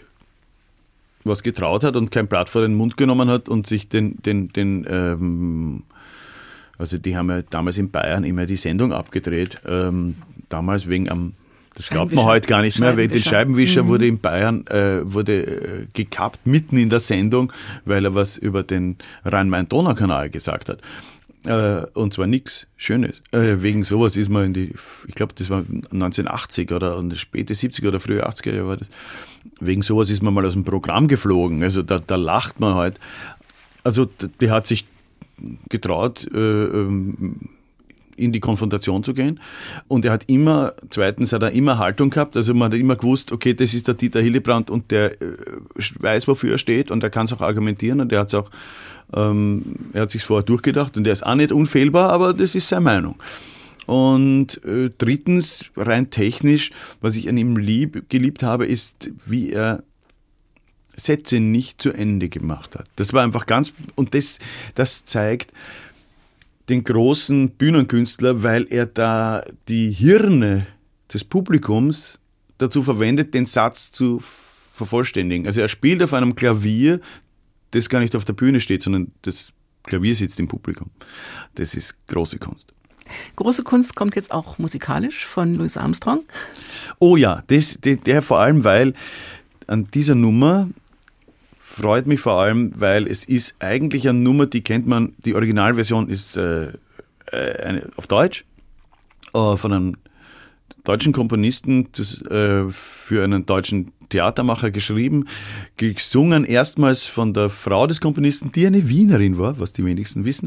was getraut hat und kein Blatt vor den Mund genommen hat und sich den, den, den ähm, also die haben ja damals in Bayern immer die Sendung abgedreht, ähm, damals wegen am Das glaubt man heute gar nicht mehr, weil den Scheibenwischer mhm. wurde in Bayern äh, wurde, äh, gekappt, mitten in der Sendung, weil er was über den Rhein-Main-Donau-Kanal gesagt hat. Äh, und zwar nichts Schönes. Äh, wegen sowas ist man in die, ich glaube, das war neunzehnhundertachtzig oder späte siebziger oder frühe achtziger Jahre war das. Wegen sowas ist man mal aus dem Programm geflogen. Also da, da lacht man halt. Also der hat sich getraut, äh, ähm, in die Konfrontation zu gehen. Und er hat immer, zweitens hat er immer Haltung gehabt, also man hat immer gewusst, okay, das ist der Dieter Hildebrand und der äh, weiß, wofür er steht und er kann es auch argumentieren und er hat es auch, ähm, er hat sich vorher durchgedacht und er ist auch nicht unfehlbar, aber das ist seine Meinung. Und äh, drittens, rein technisch, was ich an ihm lieb, geliebt habe, ist, wie er Sätze nicht zu Ende gemacht hat. Das war einfach ganz, und das, das zeigt den großen Bühnenkünstler, weil er da die Hirne des Publikums dazu verwendet, den Satz zu vervollständigen. Also er spielt auf einem Klavier, das gar nicht auf der Bühne steht, sondern das Klavier sitzt im Publikum. Das ist große Kunst. Große Kunst kommt jetzt auch musikalisch von Louis Armstrong. Oh ja, das, der, der vor allem, weil an dieser Nummer freut mich vor allem, weil es ist eigentlich eine Nummer, die kennt man, die Originalversion ist äh, eine, auf Deutsch, äh, von einem deutschen Komponisten das, äh, für einen deutschen Theatermacher geschrieben, gesungen erstmals von der Frau des Komponisten, die eine Wienerin war, was die wenigsten wissen.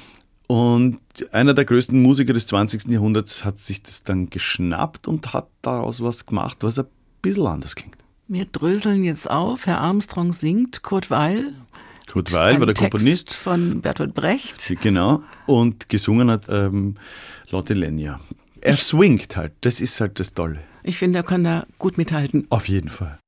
Und einer der größten Musiker des zwanzigsten Jahrhunderts hat sich das dann geschnappt und hat daraus was gemacht, was ein bisschen anders klingt. Wir dröseln jetzt auf. Herr Armstrong singt, Kurt Weill. Kurt Weill war der Text Komponist. Von Bertolt Brecht. Genau. Und gesungen hat ähm, Lotte Lenya. Er ich, swingt halt. Das ist halt das Tolle. Ich finde, er kann da gut mithalten. Auf jeden Fall.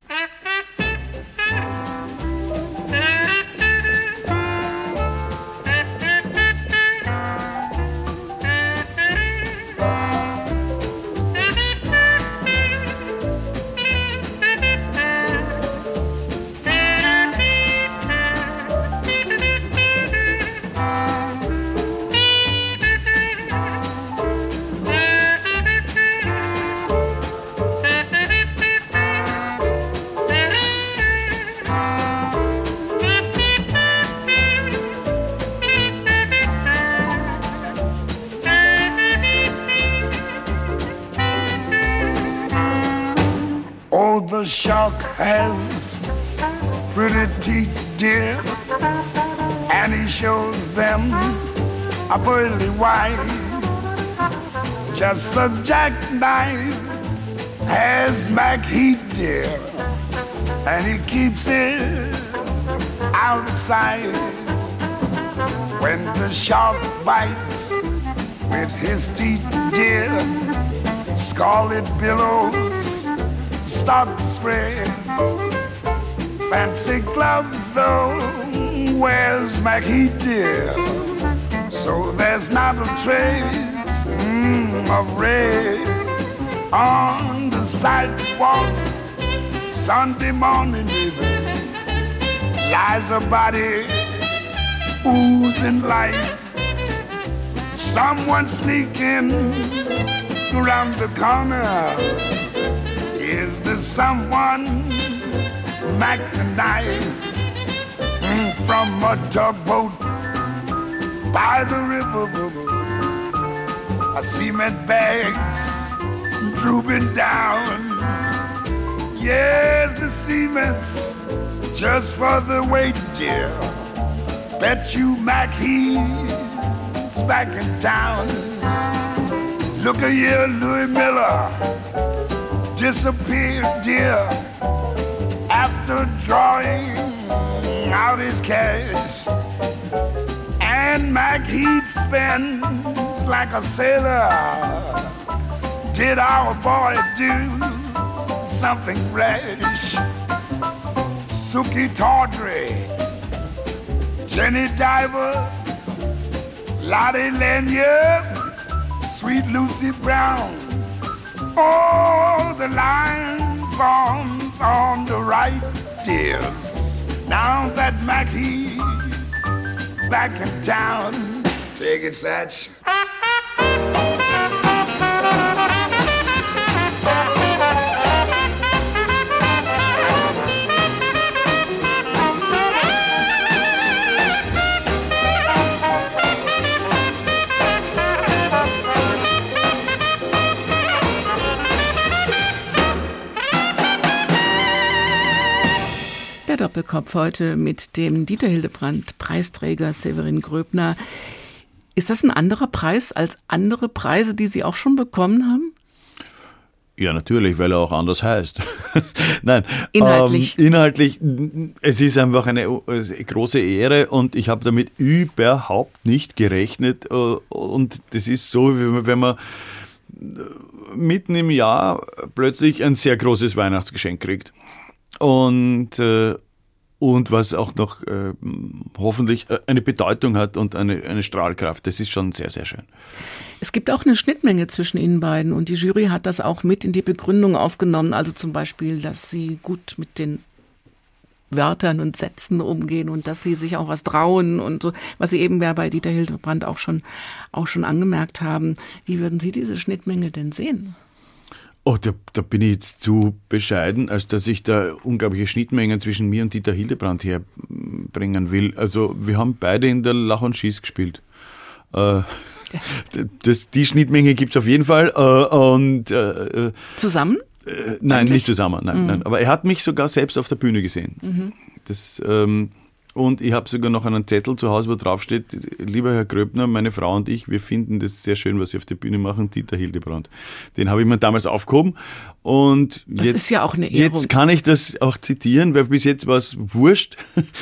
The shark has pretty teeth, dear, and he shows them a pearly white, just a jackknife has Mac Heat, dear, and he keeps it out of sight. When the shark bites with his teeth, dear, scarlet billows start to spread. Fancy gloves, though, wears Mac Heat, dear, so there's not a trace mm, of red on the sidewalk. Sunday morning, baby, lies a body oozing life. Someone sneaking around the corner. Is there someone Mac the knife mm, from a tugboat by the river? A cement bags drooping down. Yes, the cement's just for the weight, dear. Bet you Mac he's back in town. Look at here, Louis Miller disappeared, dear, after drawing out his cash. And Mac Heat spends like a sailor. Did our boy do something rash? Suki Tawdry, Jenny Diver, Lottie Lanyard, Sweet Lucy Brown. Oh, the line forms on the right, dears. Now that Mac He's back in town. Take it, Satch. Der Doppelkopf heute mit dem Dieter Hildebrandt Preisträger Severin Gröbner. Ist das ein anderer Preis als andere Preise, die Sie auch schon bekommen haben? Ja, natürlich, weil er auch anders heißt. Nein, inhaltlich. Ähm, inhaltlich, es ist einfach eine große Ehre und ich habe damit überhaupt nicht gerechnet. Und das ist so, wenn man mitten im Jahr plötzlich ein sehr großes Weihnachtsgeschenk kriegt. Und, äh, und was auch noch äh, hoffentlich eine Bedeutung hat und eine, eine Strahlkraft. Das ist schon sehr, sehr schön. Es gibt auch eine Schnittmenge zwischen Ihnen beiden und die Jury hat das auch mit in die Begründung aufgenommen. Also zum Beispiel, dass Sie gut mit den Wörtern und Sätzen umgehen und dass Sie sich auch was trauen und so, was Sie eben ja bei Dieter Hildebrandt auch schon, auch schon angemerkt haben. Wie würden Sie diese Schnittmenge denn sehen? Oh, da, da bin ich jetzt zu bescheiden, als dass ich da unglaubliche Schnittmengen zwischen mir und Dieter Hildebrandt herbringen will. Also wir haben beide in der Lach und Schieß gespielt. Äh, das, die Schnittmenge gibt es auf jeden Fall. Äh, und, äh, zusammen? Äh, nein, Eigentlich? nicht zusammen. Nein, mhm. nein. Aber er hat mich sogar selbst auf der Bühne gesehen. Mhm. Das... Ähm, Und ich habe sogar noch einen Zettel zu Hause, wo drauf steht: Lieber Herr Gröbner, meine Frau und ich, wir finden das sehr schön, was Sie auf der Bühne machen, Dieter Hildebrandt. Den habe ich mir damals aufgehoben. Und das jetzt, ist ja auch eine Ehrung. Jetzt kann ich das auch zitieren, weil bis jetzt war es wurscht.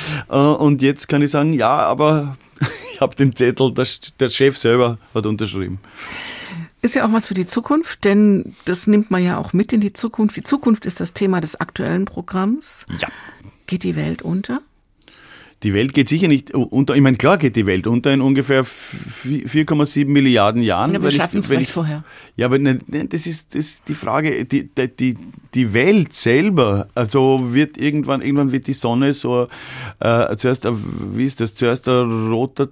Und jetzt kann ich sagen, ja, aber ich habe den Zettel, der Chef selber hat unterschrieben. Ist ja auch was für die Zukunft, denn das nimmt man ja auch mit in die Zukunft. Die Zukunft ist das Thema des aktuellen Programms. Ja. Geht die Welt unter? Die Welt geht sicher nicht unter. Ich meine, klar geht die Welt unter in ungefähr vier Komma sieben Milliarden Jahren. Ja, wir schaffen es vielleicht vorher. Ja, aber ne, das ist das ist die Frage. Die, die, die Welt selber, also wird irgendwann, irgendwann wird die Sonne so, äh, zuerst, wie ist das, zuerst ein roter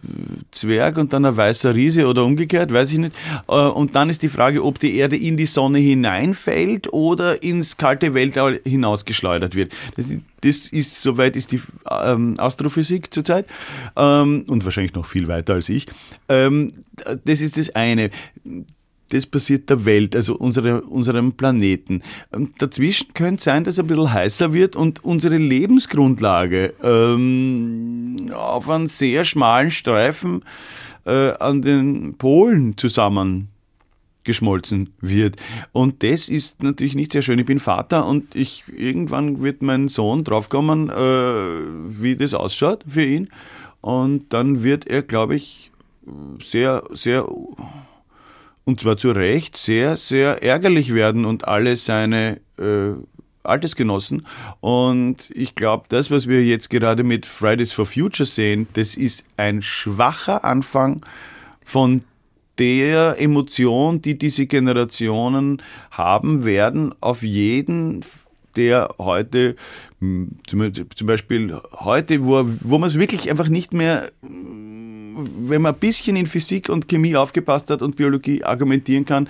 Zwerg und dann ein weißer Riese oder umgekehrt, weiß ich nicht. Und dann ist die Frage, ob die Erde in die Sonne hineinfällt oder ins kalte Weltall hinausgeschleudert wird. Das, das ist, soweit ist die ähm, Astrophysik zurzeit ähm, und wahrscheinlich noch viel weiter als ich. Ähm, das ist das eine. Das passiert der Welt, also unsere, unserem Planeten. Dazwischen könnte es sein, dass es ein bisschen heißer wird und unsere Lebensgrundlage ähm, auf einen sehr schmalen Streifen äh, an den Polen zusammengeschmolzen wird. Und das ist natürlich nicht sehr schön. Ich bin Vater und ich irgendwann wird mein Sohn draufkommen, äh, wie das ausschaut für ihn. Und dann wird er, glaube ich, sehr, sehr, und zwar zu Recht, sehr, sehr ärgerlich werden und alle seine äh, Altersgenossen. Und ich glaube, das, was wir jetzt gerade mit Fridays for Future sehen, das ist ein schwacher Anfang von der Emotion, die diese Generationen haben werden, auf jeden, der heute, zum Beispiel heute, wo, wo man es wirklich einfach nicht mehr, wenn man ein bisschen in Physik und Chemie aufgepasst hat und Biologie argumentieren kann,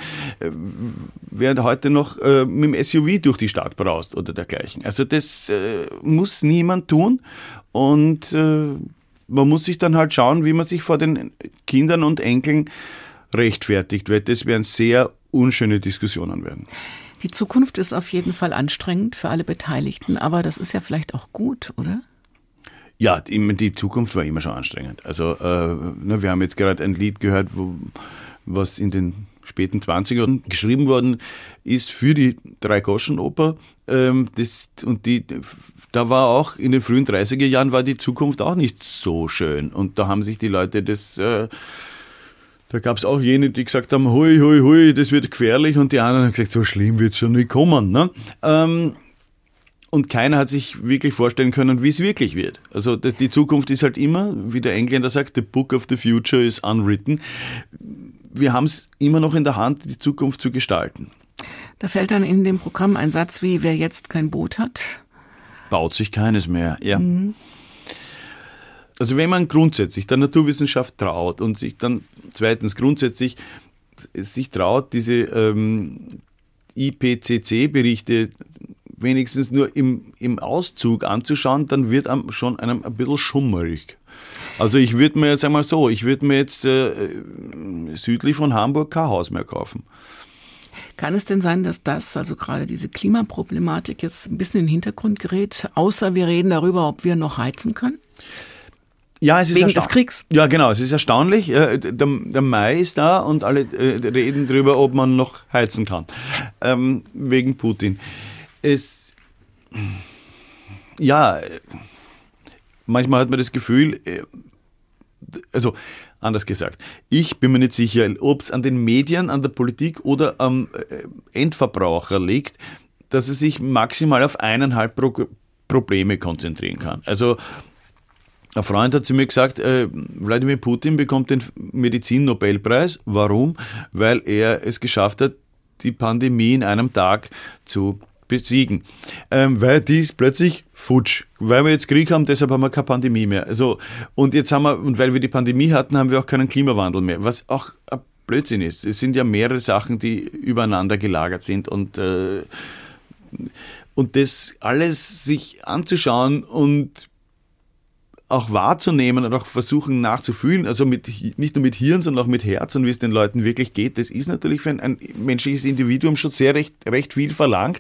wer heute noch äh, mit dem S U V durch die Stadt braust oder dergleichen. Also das äh, muss niemand tun und äh, man muss sich dann halt schauen, wie man sich vor den Kindern und Enkeln rechtfertigt, weil das werden sehr unschöne Diskussionen werden. Die Zukunft ist auf jeden Fall anstrengend für alle Beteiligten, aber das ist ja vielleicht auch gut, oder? Ja, die Zukunft war immer schon anstrengend. Also äh, wir haben jetzt gerade ein Lied gehört, wo, was in den späten zwanzigern geschrieben worden ist für die Drei-Groschen-Oper. Ähm, das, und die, da war auch in den frühen dreißiger Jahren war die Zukunft auch nicht so schön. Und da haben sich die Leute das... Äh, Da gab es auch jene, die gesagt haben, hui, hui, hui, das wird gefährlich. Und die anderen haben gesagt, so schlimm wird es schon nicht kommen. Ne? Ähm, und keiner hat sich wirklich vorstellen können, wie es wirklich wird. Also das, die Zukunft ist halt immer, wie der Engländer sagt, the book of the future is unwritten. Wir haben es immer noch in der Hand, die Zukunft zu gestalten. Da fällt dann in dem Programm ein Satz wie, wer jetzt kein Boot hat, baut sich keines mehr. Ja. Mhm. Also wenn man grundsätzlich der Naturwissenschaft traut und sich dann zweitens grundsätzlich sich traut, diese ähm, I P C C-Berichte wenigstens nur im, im Auszug anzuschauen, dann wird einem schon einem ein bisschen schummerig. Also ich würde mir jetzt einmal so, ich würde mir jetzt äh, südlich von Hamburg kein Haus mehr kaufen. Kann es denn sein, dass das, also gerade diese Klimaproblematik jetzt ein bisschen in den Hintergrund gerät, außer wir reden darüber, ob wir noch heizen können? Ja, es ist wegen des Kriegs. Ja, genau, es ist erstaunlich. Der, der Mai ist da und alle äh, reden darüber, ob man noch heizen kann. Ähm, wegen Putin. Es, ja, manchmal hat man das Gefühl, äh, also anders gesagt, ich bin mir nicht sicher, ob es an den Medien, an der Politik oder am äh, Endverbraucher liegt, dass er sich maximal auf eineinhalb Pro- Probleme konzentrieren kann. Also ein Freund hat zu mir gesagt, äh, Wladimir Putin bekommt den Medizin-Nobelpreis. Warum? Weil er es geschafft hat, die Pandemie in einem Tag zu besiegen. Ähm, weil die ist plötzlich futsch. Weil wir jetzt Krieg haben, deshalb haben wir keine Pandemie mehr. Also, und jetzt haben wir, und weil wir die Pandemie hatten, haben wir auch keinen Klimawandel mehr. Was auch ein Blödsinn ist. Es sind ja mehrere Sachen, die übereinander gelagert sind und, äh, und das alles sich anzuschauen und auch wahrzunehmen und auch versuchen nachzufühlen, also mit, nicht nur mit Hirn, sondern auch mit Herz und wie es den Leuten wirklich geht, das ist natürlich für ein, ein menschliches Individuum schon sehr recht, recht viel verlangt.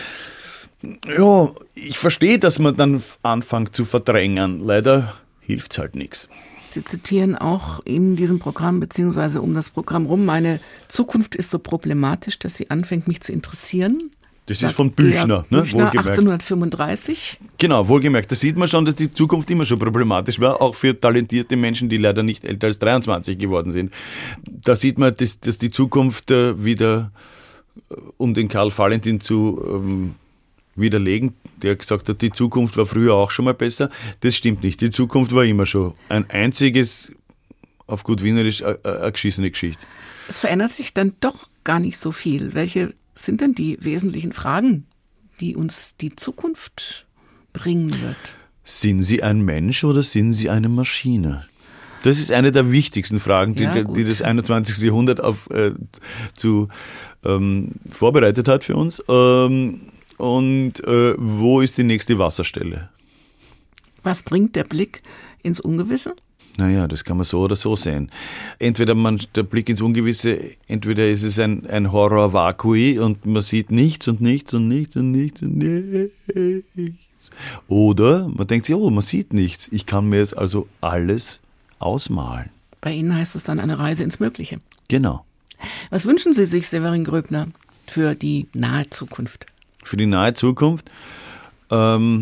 Ja, ich verstehe, dass man dann anfängt zu verdrängen. Leider hilft es halt nichts. Sie zitieren auch in diesem Programm, beziehungsweise um das Programm rum, meine Zukunft ist so problematisch, dass sie anfängt, mich zu interessieren. Das ist von Büchner, ne? Büchner achtzehnhundertfünfunddreißig. Genau, wohlgemerkt. Da sieht man schon, dass die Zukunft immer schon problematisch war, auch für talentierte Menschen, die leider nicht älter als dreiundzwanzig geworden sind. Da sieht man, dass, dass die Zukunft äh, wieder, äh, um den Karl Valentin zu ähm, widerlegen, der gesagt hat, die Zukunft war früher auch schon mal besser. Das stimmt nicht. Die Zukunft war immer schon ein einziges, auf gut Wienerisch, äh, äh, eine geschissene Geschichte. Es verändert sich dann doch gar nicht so viel. Welche sind denn die wesentlichen Fragen, die uns die Zukunft bringen wird? Sind Sie ein Mensch oder sind Sie eine Maschine? Das ist eine der wichtigsten Fragen, die, ja, die das einundzwanzigste Jahrhundert auf, äh, zu, ähm, vorbereitet hat für uns. Ähm, und äh, wo ist die nächste Wasserstelle? Was bringt der Blick ins Ungewisse? Naja, das kann man so oder so sehen. Entweder man, der Blick ins Ungewisse, entweder ist es ein, ein Horror vacui und man sieht nichts und nichts und nichts und nichts und nichts. Oder man denkt sich, oh, man sieht nichts. Ich kann mir jetzt also alles ausmalen. Bei Ihnen heißt es dann eine Reise ins Mögliche. Genau. Was wünschen Sie sich, Severin Gröbner, für die nahe Zukunft? Für die nahe Zukunft? Ähm,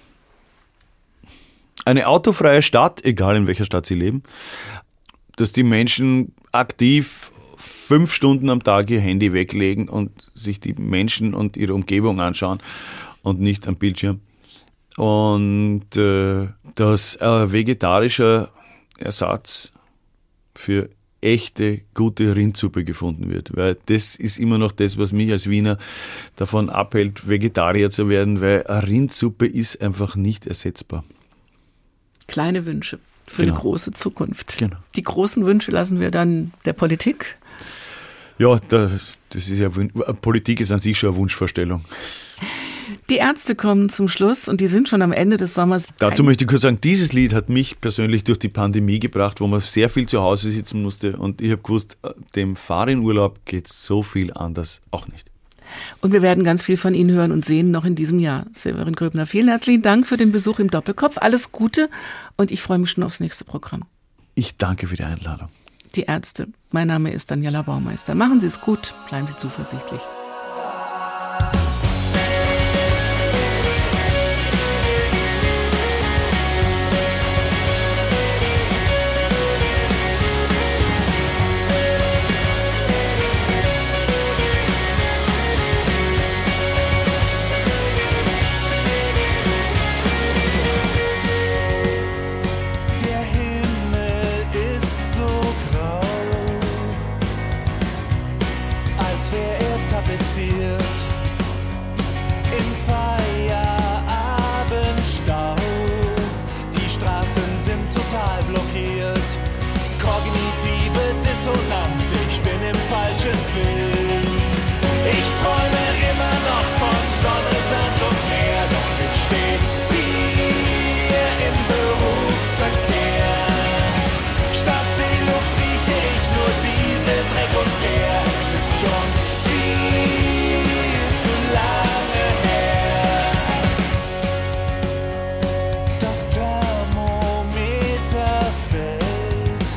eine autofreie Stadt, egal in welcher Stadt sie leben, dass die Menschen aktiv fünf Stunden am Tag ihr Handy weglegen und sich die Menschen und ihre Umgebung anschauen und nicht am Bildschirm. Und äh, dass ein vegetarischer Ersatz für echte, gute Rindsuppe gefunden wird. Weil das ist immer noch das, was mich als Wiener davon abhält, Vegetarier zu werden, weil eine Rindsuppe ist einfach nicht ersetzbar. Kleine Wünsche für Genau. eine große Zukunft. Genau. Die großen Wünsche lassen wir dann der Politik. Ja, das, das ist ja, Politik ist an sich schon eine Wunschvorstellung. Die Ärzte kommen zum Schluss und die sind schon am Ende des Sommers. Dazu möchte ich kurz sagen, dieses Lied hat mich persönlich durch die Pandemie gebracht, wo man sehr viel zu Hause sitzen musste und ich habe gewusst, dem Fahrinurlaub geht so viel anders auch nicht. Und wir werden ganz viel von Ihnen hören und sehen noch in diesem Jahr. Severin Gröbner, vielen herzlichen Dank für den Besuch im Doppelkopf. Alles Gute und ich freue mich schon aufs nächste Programm. Ich danke für die Einladung. Die Ärzte. Mein Name ist Daniela Baumeister. Machen Sie es gut, bleiben Sie zuversichtlich. Im Feierabendstau. Die Straßen sind total blockiert. Kognitive Dissonanz, ich bin im falschen Film. Ich träume immer noch von Sonne, Sand und Meer, doch ich stehe hier im Berufsverkehr. Statt Seeluft rieche ich nur Diesel, Dreck und Teer. Es ist schon viel zu lange her. Das Thermometer fällt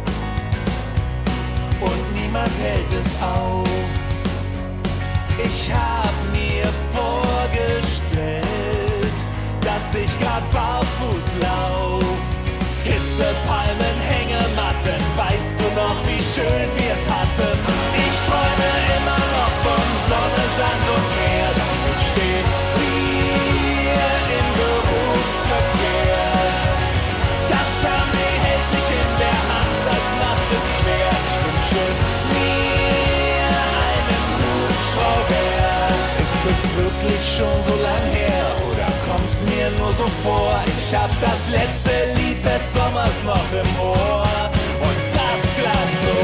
und niemand hält es auf. Ich hab mir vorgestellt, dass ich grad barfuß lauf. Hitze, Palmen, Hängematten, weißt du noch, wie schön wir's hatten? Ich träume immer noch von Sonne, Sand und Meer, doch ich steh hier im Berufsverkehr. Das Fernweh hält mich in der Hand, das macht es schwer. Ich wünsche mir einen Hubschrauber. Ist es wirklich schon so lang her oder kommt's mir nur so vor? Ich hab das letzte Lied des Sommers noch im Ohr und das klang so.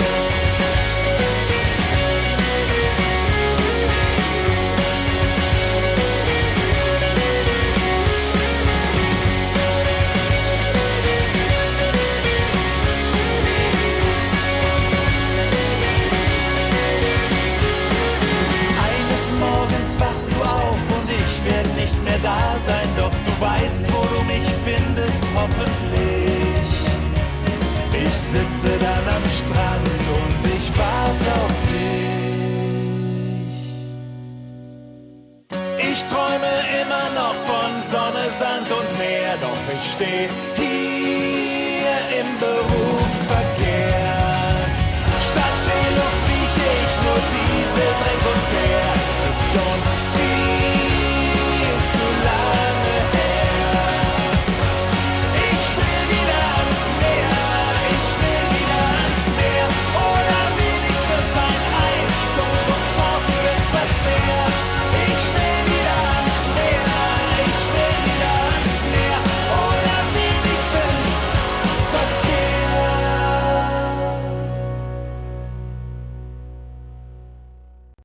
Wachst du auf und ich werde nicht mehr da sein, doch du weißt, wo du mich findest, hoffentlich. Ich sitze dann am Strand und ich warte auf dich. Ich träume immer noch von Sonne, Sand und Meer, doch ich stehe hier im Berufsverkehr. Statt Seeluft rieche ich nur Diesel, Dreck und Teer. Es ist schon